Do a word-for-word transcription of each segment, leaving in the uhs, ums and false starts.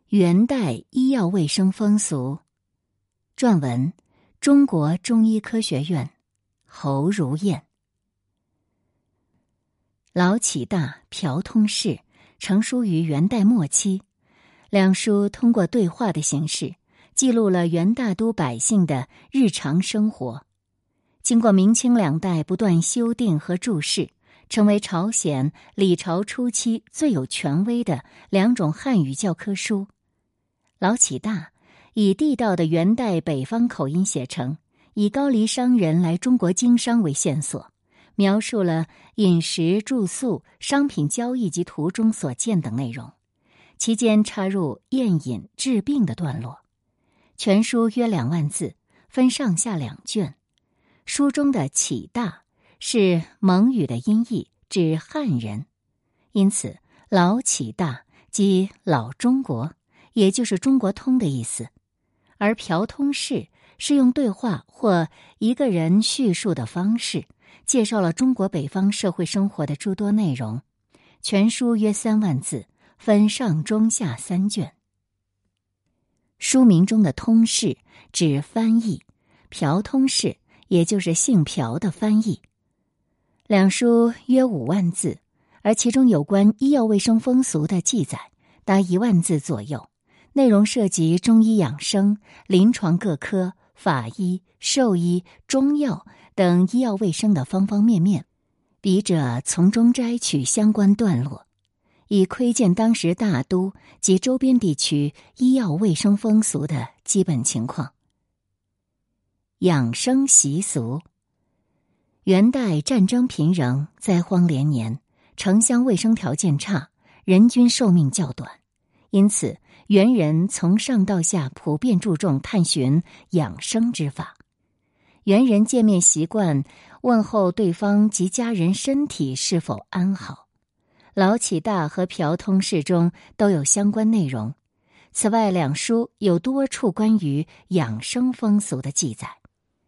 元代医药卫生风俗，撰文中国中医科学院侯如燕。老启大、朴通释成书于元代末期，两书通过对话的形式，记录了元大都百姓的日常生活。经过明清两代不断修订和注释，成为朝鲜李朝初期最有权威的两种汉语教科书。老启大以地道的元代北方口音写成，以高丽商人来中国经商为线索，描述了饮食、住宿、商品交易及途中所见等内容，其间插入宴饮、治病的段落。全书约两万字，分上下两卷。书中的启大是蒙语的音译，指汉人，因此老启大即老中国，也就是中国通的意思。而朴通释是用对话或一个人叙述的方式，介绍了中国北方社会生活的诸多内容。全书约三万字，分上中下三卷。书名中的通释指翻译，朴通释也就是姓朴的翻译。两书约五万字，而其中有关医药卫生风俗的记载达一万字左右，内容涉及中医养生、临床各科、法医、兽医、中药等医药卫生的方方面面。笔者从中摘取相关段落，以窥见当时大都及周边地区医药卫生风俗的基本情况。养生习俗。元代战争频仍，灾荒连年，城乡卫生条件差，人均寿命较短，因此元人从上到下普遍注重探寻养生之法。元人见面习惯问候对方及家人身体是否安好。老启大和朴通释中都有相关内容。此外，两书有多处关于养生风俗的记载。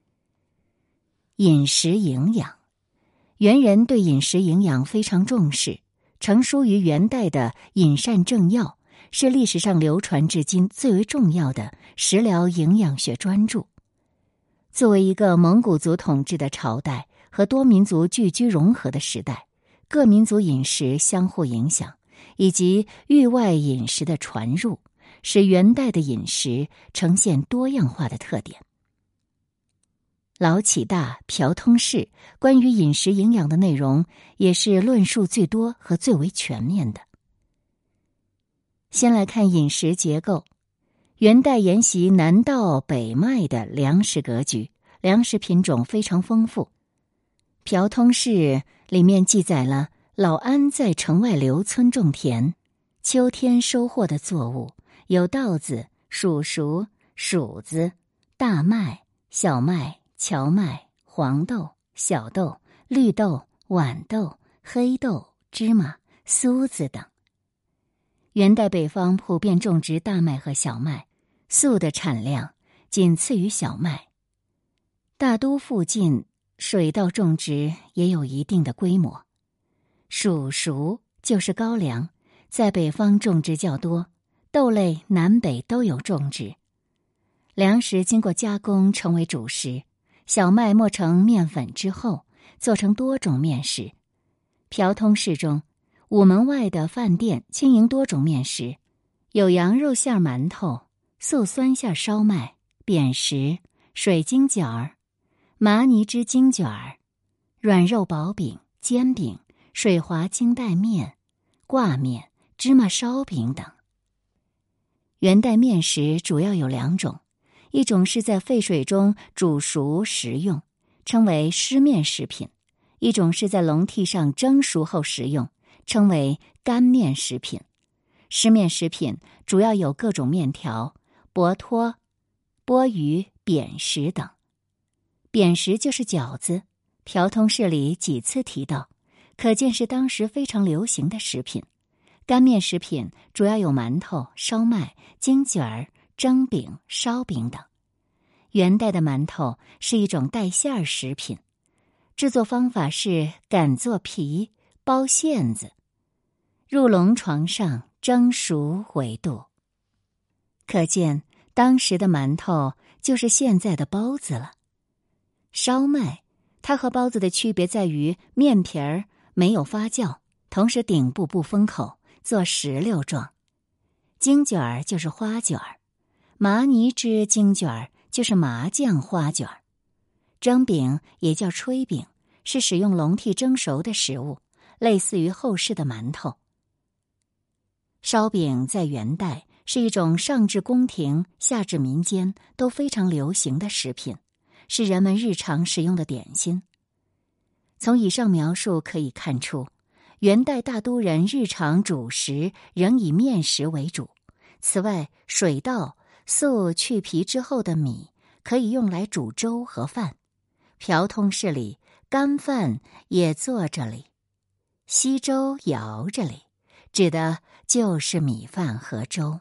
饮食营养。元人对饮食营养非常重视，成书于元代的《饮膳正要》是历史上流传至今最为重要的食疗营养学专著。作为一个蒙古族统治的朝代和多民族聚居融合的时代，各民族饮食相互影响，以及域外饮食的传入，使元代的饮食呈现多样化的特点。老启大、朴通释关于饮食营养的内容也是论述最多和最为全面的。先来看饮食结构。元代沿袭南道北麦的粮食格局，粮食品种非常丰富。朴通释里面记载了老安在城外留村种田，秋天收获的作物有稻子、黍熟、黍子、大麦、小麦、荞麦、黄豆、小豆、绿豆、豌豆、黑豆、芝麻、苏子等。元代北方普遍种植大麦和小麦，粟的产量仅次于小麦。大都附近水稻种植也有一定的规模。黍熟就是高粱，在北方种植较多，豆类南北都有种植。粮食经过加工成为主食，小麦磨成面粉之后做成多种面食。朴通释中，午门外的饭店经营多种面食，有羊肉馅馒头、素酸馅烧麦、扁食、水晶饺儿、麻泥汁京卷儿、软肉薄饼、煎饼、水滑京带面、挂面、芝麻烧饼等。元代面食主要有两种，一种是在沸水中煮熟食用，称为湿面食品；一种是在笼屉上蒸熟后食用，称为干面食品。湿面食品主要有各种面条、薄托、钵盂、扁食等。扁食就是饺子，朴通释里几次提到，可见是当时非常流行的食品。干面食品主要有馒头、烧麦、京卷儿、蒸饼、烧饼等。元代的馒头是一种带馅儿食品，制作方法是擀做皮，包馅子，入笼床上蒸熟为度。 可见当时的馒头就是现在的包子了。烧麦，它和包子的区别在于面皮儿没有发酵，同时顶部不封口，做石榴状。京卷儿就是花卷儿，麻泥汁京卷儿就是麻酱花卷儿。蒸饼也叫炊饼，是使用笼屉蒸熟的食物，类似于后世的馒头。烧饼在元代是一种上至宫廷下至民间都非常流行的食品，是人们日常食用的点心。从以上描述可以看出，元代大都人日常主食仍以面食为主。此外，水稻粟去皮之后的米可以用来煮粥和饭。瓢通市里干饭也做这里，稀粥摇这里，指的就是米饭和粥。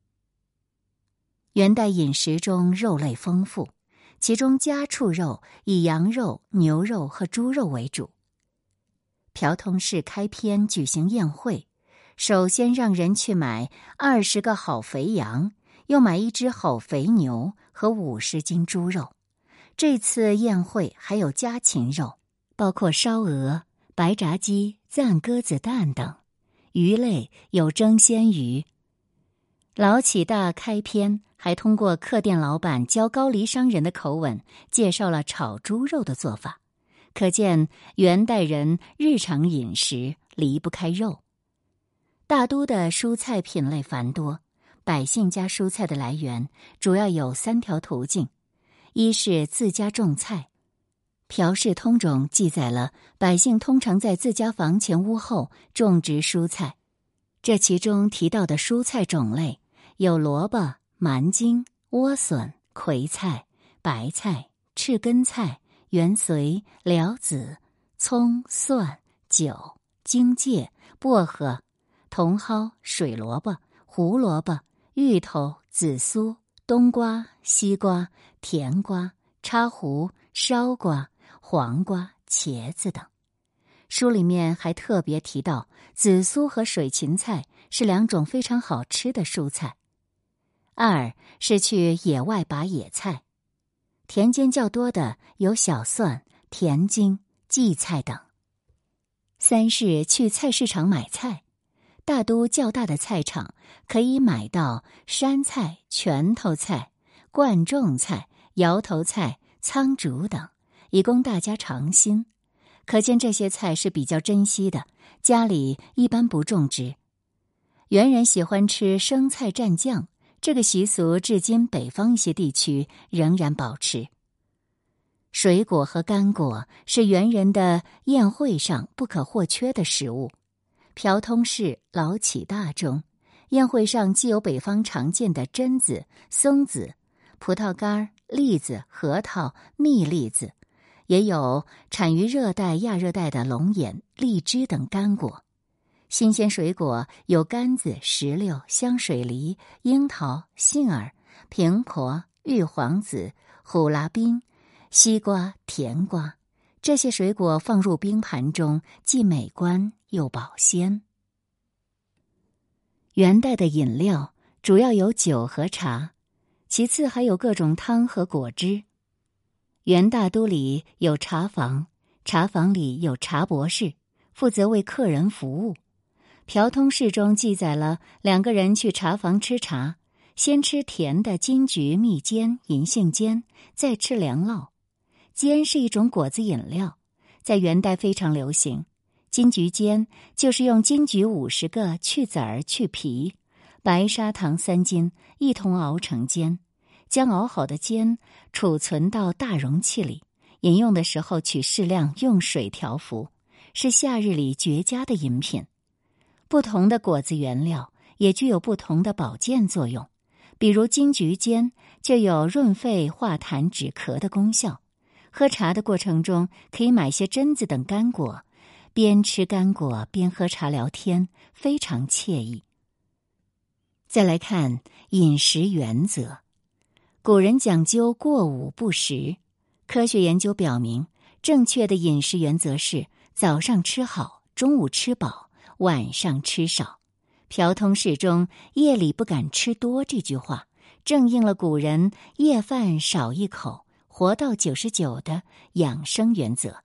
元代饮食中肉类丰富，其中家畜肉以羊肉、牛肉和猪肉为主。瓢通市开篇举行宴会，首先让人去买二十个好肥羊，又买一只好肥牛和五十斤猪肉。这次宴会还有家禽肉，包括烧鹅、白炸鸡、赞鸽子蛋等。鱼类有蒸鲜鱼。老启大开篇还通过客店老板教高丽商人的口吻，介绍了炒猪肉的做法。可见元代人日常饮食离不开肉。大都的蔬菜品类繁多，百姓家蔬菜的来源主要有三条途径。一是自家种菜，瓢氏通种记载了百姓通常在自家房前屋后种植蔬菜。这其中提到的蔬菜种类有萝卜、蛮荆、莴笋、葵菜、白菜、赤根菜、芫荽、辽子、葱、蒜、韭、荆芥、薄荷、茼蒿、水萝卜、胡萝卜、芋头、紫苏、冬瓜、西瓜、甜瓜、插胡、烧瓜、黄瓜、茄子等。书里面还特别提到，紫苏和水芹菜是两种非常好吃的蔬菜。二是去野外拔野菜，田间较多的有小蒜、田荆、荠菜等。三是去菜市场买菜，大都较大的菜场可以买到山菜、拳头菜、灌种菜、摇头菜、苍竹等，以供大家尝新。可见这些菜是比较珍惜的，家里一般不种植。元人喜欢吃生菜蘸酱，这个习俗至今北方一些地区仍然保持。水果和干果是元人的宴会上不可或缺的食物。瓢通市老启大中，宴会上既有北方常见的榛子、松子、葡萄干、栗子、核桃、蜜栗子，也有产于热带、亚热带的龙眼、荔枝等干果。新鲜水果有柑子、石榴、香水梨、樱桃、杏儿、苹果、玉皇子、虎拉冰、西瓜、甜瓜。这些水果放入冰盘中，既美观又保鲜。元代的饮料主要有酒和茶，其次还有各种汤和果汁。元大都里有茶房，茶房里有茶博士，负责为客人服务。瓢通市中记载了两个人去茶房吃茶，先吃甜的金桔、蜜煎、银杏煎，再吃凉酪。煎是一种果子饮料，在元代非常流行。金桔煎就是用金桔五十个去籽儿去皮，白砂糖三斤一同熬成煎，将熬好的煎储存到大容器里，饮用的时候取适量用水调服，是夏日里绝佳的饮品。不同的果子原料也具有不同的保健作用，比如金桔煎就有润肺化痰止咳的功效。喝茶的过程中可以买些榛子等干果，边吃干果边喝茶聊天，非常惬意。再来看饮食原则，古人讲究过午不食。科学研究表明，正确的饮食原则是早上吃好，中午吃饱，晚上吃少。瓢通市中夜里不敢吃多这句话正应了古人夜饭少一口，活到九十九的养生原则。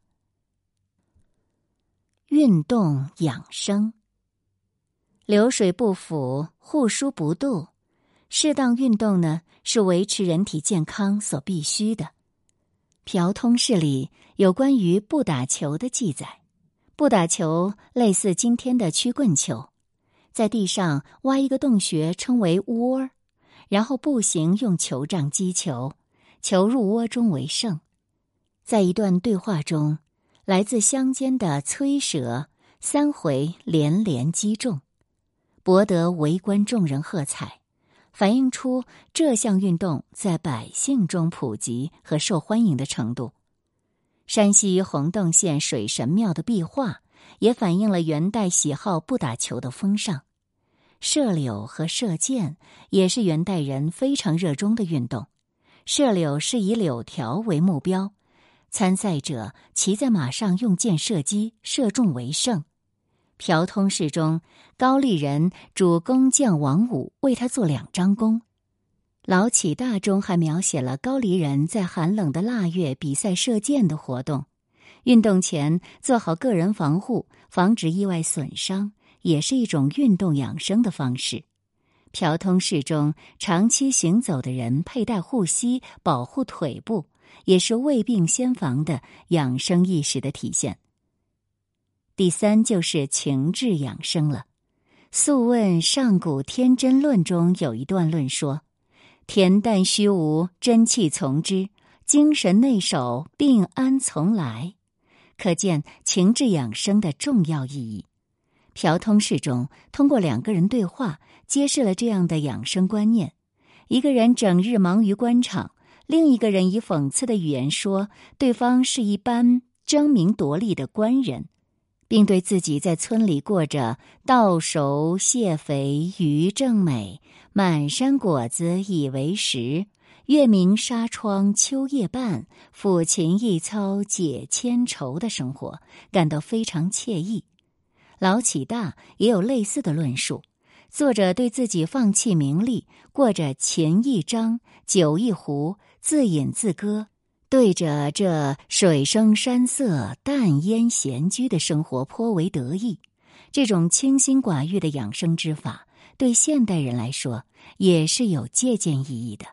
运动养生，流水不腐，户枢不蠹。适当运动呢，是维持人体健康所必须的。朴通释里有关于不打球的记载。不打球类似今天的曲棍球，在地上挖一个洞穴称为窝，然后步行用球杖击球，球入窝中为胜。在一段对话中，来自乡间的崔蛇三回连连击中，博得围观众人喝彩，反映出这项运动在百姓中普及和受欢迎的程度。山西洪洞县水神庙的壁画也反映了元代喜好不打球的风尚。射柳和射箭也是元代人非常热衷的运动。射柳是以柳条为目标，参赛者骑在马上用箭射击，射中为胜。朴通释中，高丽人主工匠王武为他做两张弓。老启大中还描写了高丽人在寒冷的腊月比赛射箭的活动。运动前做好个人防护，防止意外损伤，也是一种运动养生的方式。朴通释中，长期行走的人佩戴护膝保护腿部，也是未病先防的养生意识的体现。第三就是情志养生了。素问上古天真论中有一段论说，恬淡虚无，真气从之；精神内守，病安从来。可见情志养生的重要意义。朴通释中通过两个人对话，揭示了这样的养生观念。一个人整日忙于官场，另一个人以讽刺的语言说对方是一般争名夺利的官人，并对自己在村里过着稻熟蟹肥鱼正美，满山果子已为食，月明纱窗秋夜半，抚琴一操解千愁的生活，感到非常惬意。老启大也有类似的论述，作者对自己放弃名利，过着琴一张酒一壶，自饮自歌，对着这水声山色淡烟闲居的生活颇为得意。这种清心寡欲的养生之法，对现代人来说也是有借鉴意义的。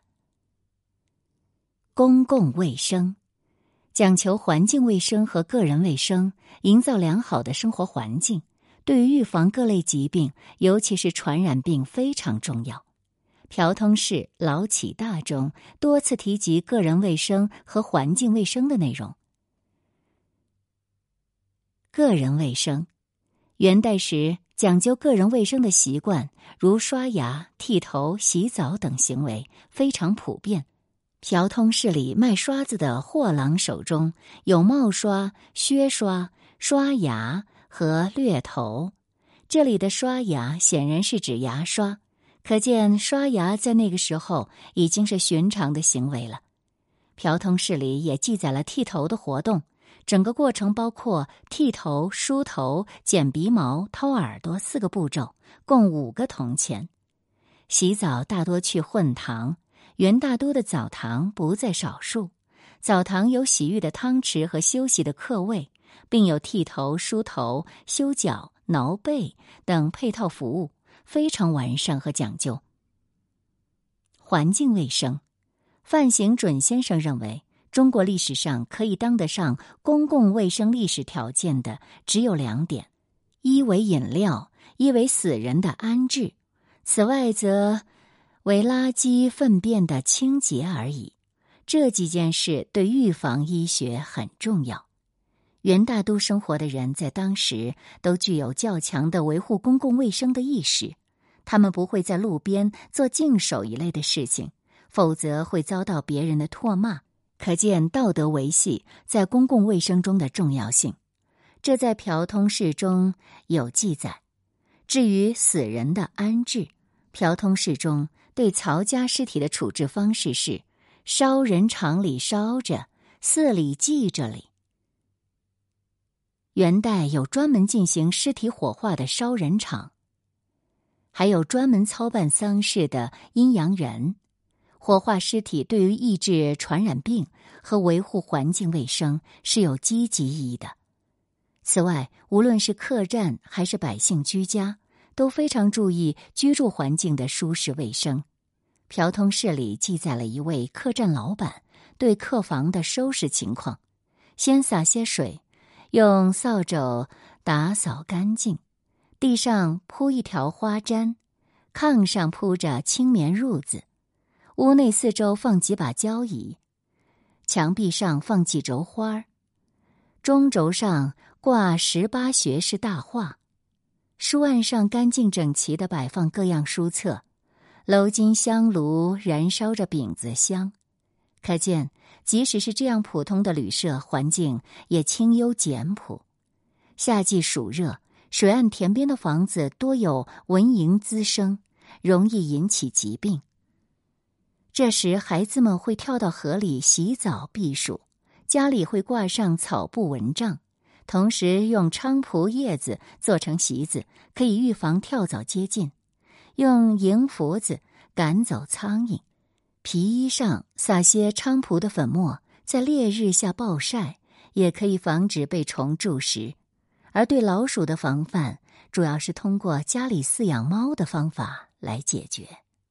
公共卫生，讲求环境卫生和个人卫生，营造良好的生活环境，对于预防各类疾病，尤其是传染病非常重要。朴通释、老启大中多次提及个人卫生和环境卫生的内容。个人卫生，元代时讲究个人卫生的习惯，如刷牙、剃头、洗澡等行为非常普遍。朴通释里卖刷子的货郎手中有帽刷、靴刷、刷牙和掠头。这里的刷牙显然是指牙刷，可见刷牙在那个时候已经是寻常的行为了。朴通释里也记载了剃头的活动，整个过程包括剃头、梳头、剪鼻毛、掏耳朵四个步骤，共五个铜钱。洗澡大多去混堂，元大都的澡堂不在少数。澡堂有洗浴的汤池和休息的客位，并有剃头、梳头、修脚、挠背等配套服务，非常完善和讲究。环境卫生，范行准先生认为，中国历史上可以当得上公共卫生历史条件的只有两点，一为饮料，一为死人的安置，此外则为垃圾粪便的清洁而已。这几件事对预防医学很重要。元大都生活的人在当时都具有较强的维护公共卫生的意识，他们不会在路边做净手一类的事情，否则会遭到别人的唾骂，可见道德维系在公共卫生中的重要性。这在朴通释中有记载。至于死人的安置，朴通释中对曹家尸体的处置方式是烧人场里烧着，寺里祭着里。元代有专门进行尸体火化的烧人场，还有专门操办丧事的阴阳人。 火化尸体对于抑制传染病和维护环境卫生是有积极意义的。此外，无论是客栈还是百姓居家，都非常注意居住环境的舒适卫生。朴通事里记载了一位客栈老板对客房的收拾情况：先洒些水，用扫帚打扫干净，地上铺一条花毡，炕上铺着青棉褥子，屋内四周放几把交椅，墙壁上放几轴花，中轴上挂十八学士大画，书案上干净整齐地摆放各样书册，镂金香炉燃烧着饼子香。可见即使是这样普通的旅社，环境也清幽简朴。夏季暑热，水岸田边的房子多有蚊蝇滋生，容易引起疾病。这时孩子们会跳到河里洗澡避暑，家里会挂上草布蚊帐，同时用菖蒲叶子做成席子，可以预防跳蚤接近，用蝇符子赶走苍蝇。皮衣上撒些菖蒲的粉末，在烈日下暴晒，也可以防止被虫蛀食。而对老鼠的防范，主要是通过家里饲养猫的方法来解决。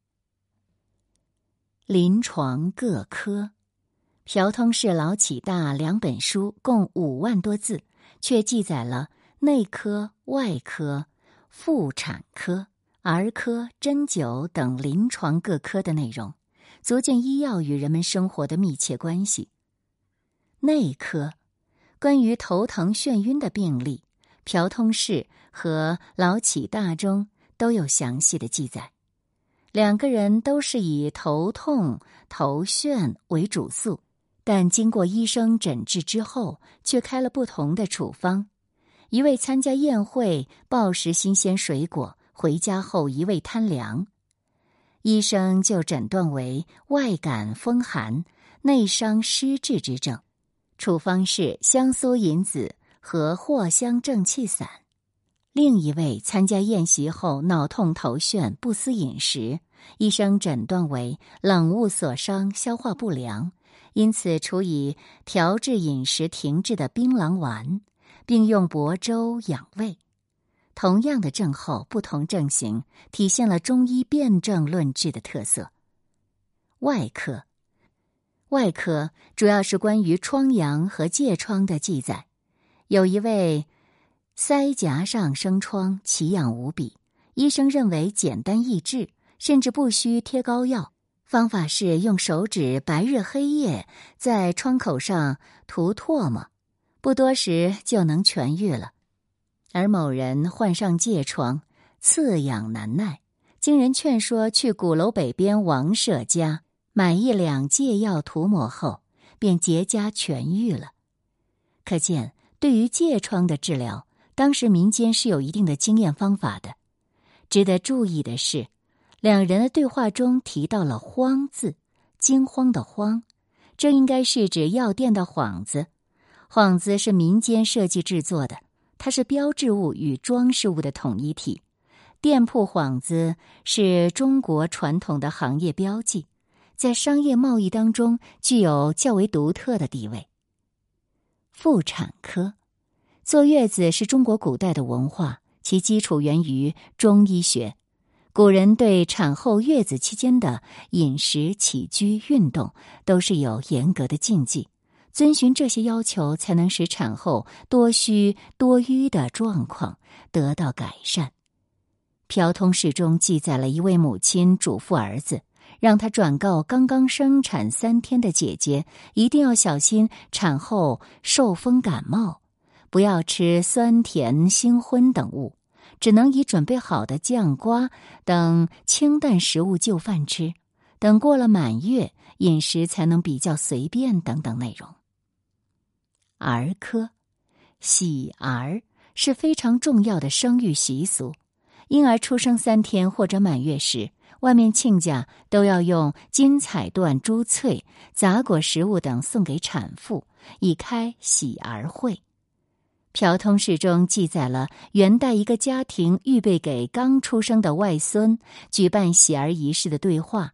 临床各科，朴通事老启大两本书共五万多字，却记载了内科、外科、妇产科、儿科、针灸等临床各科的内容，足见医药与人们生活的密切关系。内科，关于头疼眩晕的病例，朴通事和老启大中都有详细的记载。两个人都是以头痛、头眩为主诉，但经过医生诊治之后，却开了不同的处方。一位参加宴会，暴食新鲜水果，回家后一味贪凉，医生就诊断为外感风寒、内伤湿滞之症，处方是香苏银子和藿香正气散。另一位参加宴席后脑痛头眩，不思饮食，医生诊断为冷物所伤，消化不良，因此处以调治饮食停滞的槟榔丸，并用薄粥养胃。同样的症候，不同症型，体现了中医辨证论治的特色。外科，外科主要是关于疮疡和疥疮的记载。有一位腮颊上生疮，奇痒无比，医生认为简单易治，甚至不需贴膏药，方法是用手指白日黑夜在疮口上涂唾沫，不多时就能痊愈了。而某人患上疥疮，刺痒难耐，经人劝说去鼓楼北边王舍家买一两疥药涂抹后，便结痂痊愈了。可见对于疥疮的治疗，当时民间是有一定的经验方法的。值得注意的是，两人的对话中提到了荒字，惊慌的慌，这应该是指药店的幌子。幌子是民间设计制作的，它是标志物与装饰物的统一体。店铺幌子是中国传统的行业标记，在商业贸易当中具有较为独特的地位。妇产科，坐月子是中国古代的文化，其基础源于中医学。古人对产后月子期间的饮食、起居、运动都是有严格的禁忌，遵循这些要求，才能使产后多虚多瘀的状况得到改善。朴通事中记载了一位母亲嘱咐儿子，让他转告刚刚生产三天的姐姐，一定要小心产后受风感冒，不要吃酸甜辛荤等物，只能以准备好的酱瓜等清淡食物就饭吃，等过了满月，饮食才能比较随便等等内容。儿科，喜儿是非常重要的生育习俗，婴儿出生三天或者满月时，外面亲家都要用金彩缎、珠翠、杂果食物等送给产妇，以开喜儿会。朴通事中记载了元代一个家庭预备给刚出生的外孙举办喜儿仪式的对话，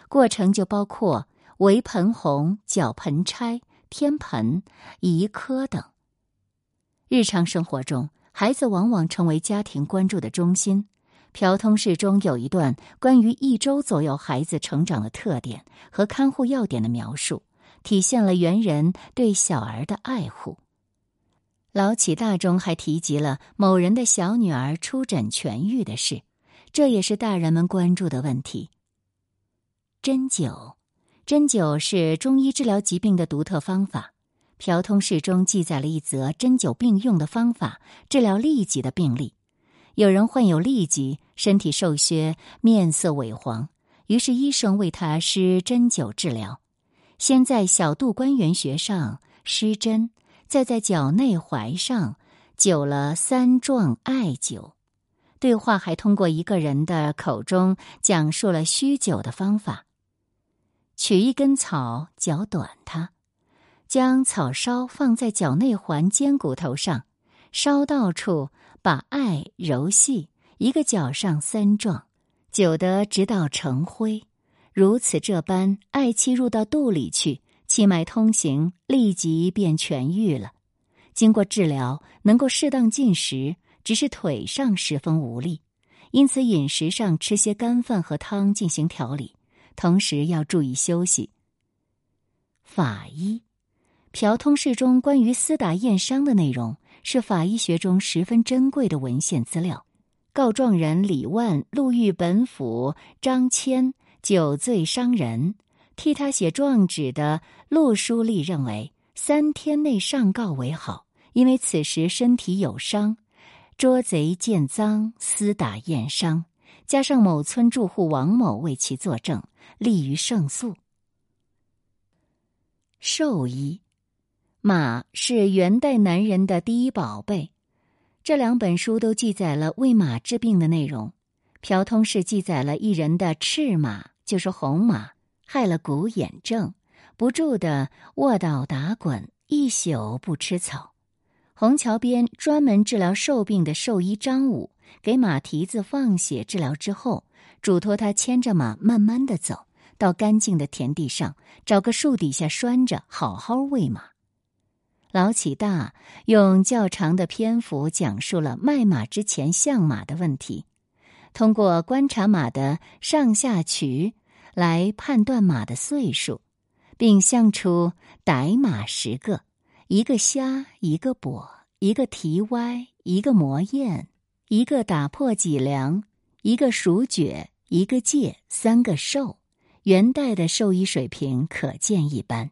过程就包括围盆红、搅盆拆、添盆、移科等。日常生活中，孩子往往成为家庭关注的中心。朴通释中有一段关于一周左右孩子成长的特点和看护要点的描述，体现了元人对小儿的爱护。老启大中还提及了某人的小女儿出诊痊愈的事，这也是大人们关注的问题。针灸，针灸是中医治疗疾病的独特方法。朴通释中记载了一则针灸并用的方法，治疗痢疾的病例。有人患有痢疾，身体瘦削，面色萎黄，于是医生为他施针灸治疗。先在小肚关元穴上施针，再在脚内踝上灸了三壮艾灸。对话还通过一个人的口中讲述了虚灸的方法。取一根草，绞短它，将草梢放在脚内环肩骨头上，烧到处把艾揉细，一个脚上三壮，灸得直到成灰。如此这般，艾气入到肚里去，气脉通行，立即便痊愈了。经过治疗，能够适当进食，只是腿上十分无力，因此饮食上吃些干饭和汤进行调理，同时要注意休息。法医，朴通释中关于厮打验伤的内容是法医学中十分珍贵的文献资料。告状人李万、陆豫本府张骞酒醉伤人，替他写状纸的陆书立认为三天内上告为好，因为此时身体有伤，捉贼见赃，厮打验伤，加上某村住户王某为其作证，利于胜诉。兽医，马是元代男人的第一宝贝。这两本书都记载了为马治病的内容。朴通释记载了一人的赤马，就是红马，害了骨眼症，不住地卧倒打滚，一宿不吃草。虹桥边专门治疗兽病的兽医张武给马蹄子放血治疗之后，嘱托他牵着马慢慢地走，到干净的田地上，找个树底下拴着，好好喂马。老启大用较长的篇幅讲述了卖马之前相马的问题，通过观察马的上下曲来判断马的岁数，并相出逮马十个，一个瞎，一个跛，一个蹄歪，一个磨燕，一个打破脊梁，一个属厥，一个介，三个瘦。元代的兽医水平可见一斑。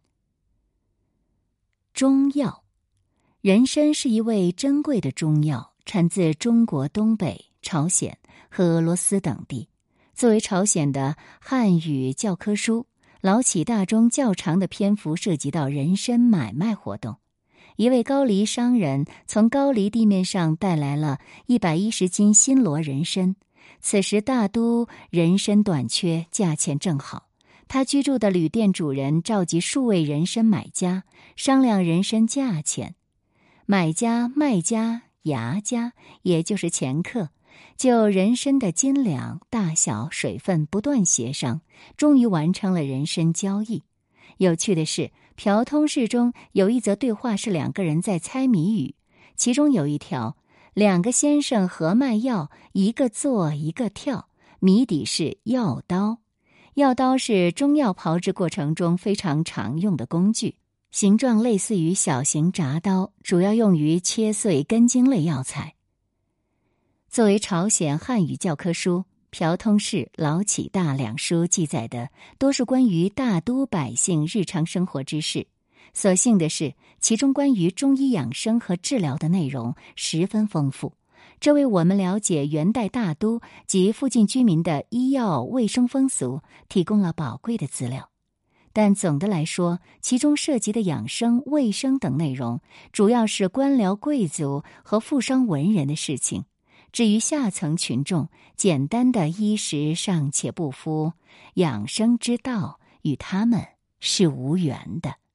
中药，人参是一味珍贵的中药，产自中国东北、朝鲜和俄罗斯等地。作为朝鲜的汉语教科书，老启大中较长的篇幅涉及到人参买卖活动。一位高黎商人从高黎地面上带来了一百一十斤新罗人参，此时大都人参短缺，价钱正好。他居住的旅店主人召集数位人参买家，商量人参价钱。买家、卖家、牙家，也就是掮客，就人参的斤两、大小、水分不断协商，终于完成了人参交易。有趣的是，朴通释中有一则对话是两个人在猜谜语，其中有一条，两个先生合卖药，一个坐一个跳，谜底是药刀。药刀是中药炮制过程中非常常用的工具，形状类似于小型铡刀，主要用于切碎根茎类药材。作为朝鲜汉语教科书，朴通释、老启大两书记载的多是关于大都百姓日常生活之事。所幸的是，其中关于中医养生和治疗的内容十分丰富，这为我们了解元代大都及附近居民的医药卫生风俗提供了宝贵的资料。但总的来说，其中涉及的养生、卫生等内容，主要是官僚贵族和富商文人的事情。至于下层群众，简单的衣食尚且不敷，养生之道与他们是无缘的。